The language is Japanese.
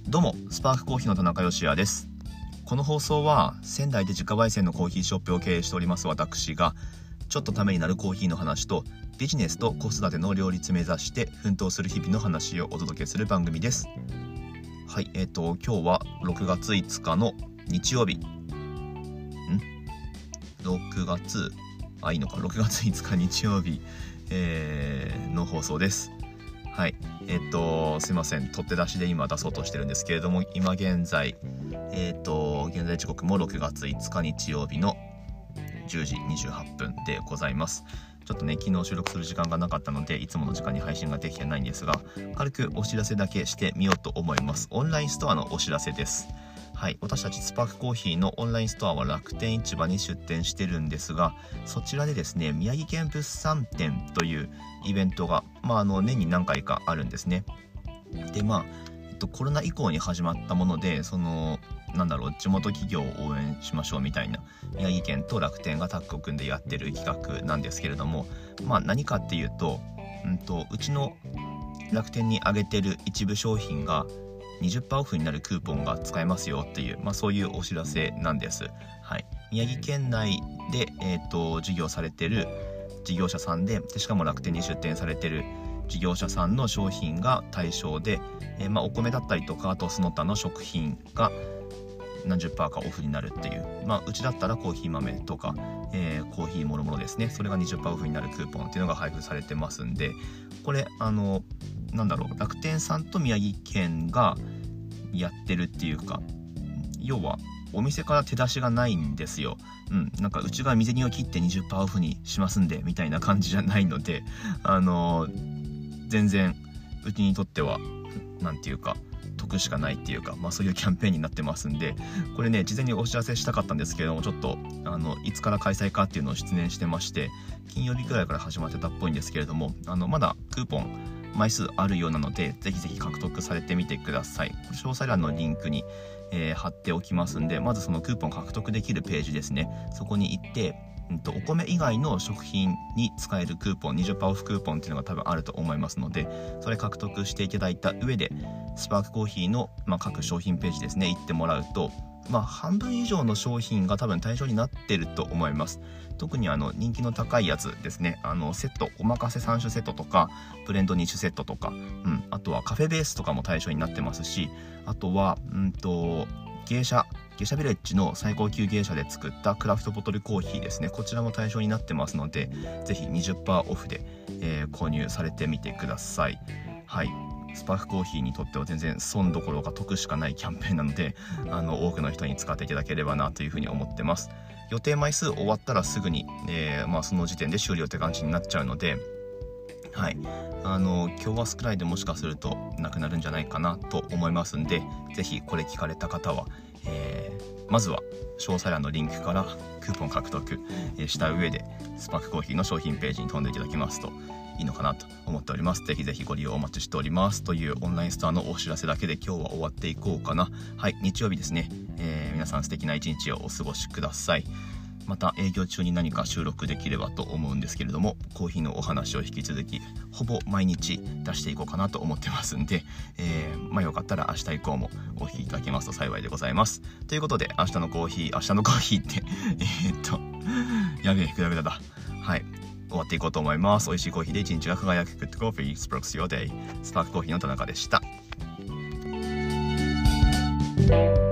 どうも、スパークコーヒーの田中芳也です。この放送は仙台で自家焙煎のコーヒーショップを経営しております私が、ちょっとためになるコーヒーの話とビジネスと子育ての両立目指して奮闘する日々の話をお届けする番組です。はい、今日は6月5日の日曜日。6月5日日曜日、の放送です。はい、すいません、取って出しで今出そうとしてるんですけれども、今現在時刻も6月5日日曜日の10時28分でございます。ちょっとね、昨日収録する時間がなかったのでいつもの時間に配信ができてないんですが、軽くお知らせだけしてみようと思います。オンラインストアのお知らせです。はい、私たちスパークコーヒーのオンラインストアは楽天市場に出店してるんですが、そちらでですね、宮城県物産展というイベントが、年に何回かあるんですね。でコロナ以降に始まったもので、地元企業を応援しましょうみたいな、宮城県と楽天がタッグを組んでやってる企画なんですけれども、何かっていうと、うちの楽天に上げてる一部商品が20% オフになるクーポンが使えますよっていう、そういうお知らせなんです。はい、宮城県内で、事業されてる事業者さんで、しかも楽天に出店されてる事業者さんの商品が対象で、お米だったりとか、あとその他の食品が何十%かオフになるっていう、うちだったらコーヒー豆とか、コーヒーもろもろですね、それが 20% オフになるクーポンっていうのが配布されてますんで、これ楽天さんと宮城県がやってるっていうか、要はお店から手出しがないんですよ。うちが水煮を切って 20% オフにしますんでみたいな感じじゃないので、全然うちにとっては得しかないっていうか、そういうキャンペーンになってますんで、これね、事前にお知らせしたかったんですけれども、ちょっといつから開催かっていうのを失念してまして、金曜日くらいから始まってたっぽいんですけれども、まだクーポン枚数あるようなので、ぜひぜひ獲得されてみてください。詳細欄のリンクに、貼っておきますんで、まずそのクーポン獲得できるページですね、そこに行って、お米以外の食品に使えるクーポン 20% オフクーポンっていうのが多分あると思いますので、それ獲得していただいた上でスパークコーヒーの、各商品ページですね、行ってもらうと、半分以上の商品が多分対象になってると思います。特に人気の高いやつですね、セット、おまかせ3種セットとかブレンド2種セットとか、あとはカフェベースとかも対象になってますし、あとは芸者ビレッジの最高級芸者で作ったクラフトボトルコーヒーですね、こちらも対象になってますので、ぜひ 20% オフで、購入されてみてください。はい、スパークコーヒーにとっては全然損どころか得しかないキャンペーンなので、多くの人に使っていただければなというふうに思ってます。予定枚数終わったらすぐに、その時点で終了って感じになっちゃうので、はい、今日は少ないでもしかするとなくなるんじゃないかなと思いますんで、ぜひこれ聞かれた方は、まずは詳細欄のリンクからクーポン獲得した上でスパークコーヒーの商品ページに飛んでいただきますといいのかなと思っております。ぜひぜひご利用お待ちしておりますというオンラインストアのお知らせだけで今日は終わっていこうかな。はい、日曜日ですね、皆さん素敵な一日をお過ごしください。また営業中に何か収録できればと思うんですけれども、コーヒーのお話を引き続きほぼ毎日出していこうかなと思ってますんで、よかったら明日以降もお聞きいただけますと幸いでございます。ということで、明日のコーヒーってやべえ、グダグダだ。はい、終わっていこうと思います。美味しいコーヒーで一日が輝く Good Coffee Sparks Your Day。 スパークコーヒーの田中でした。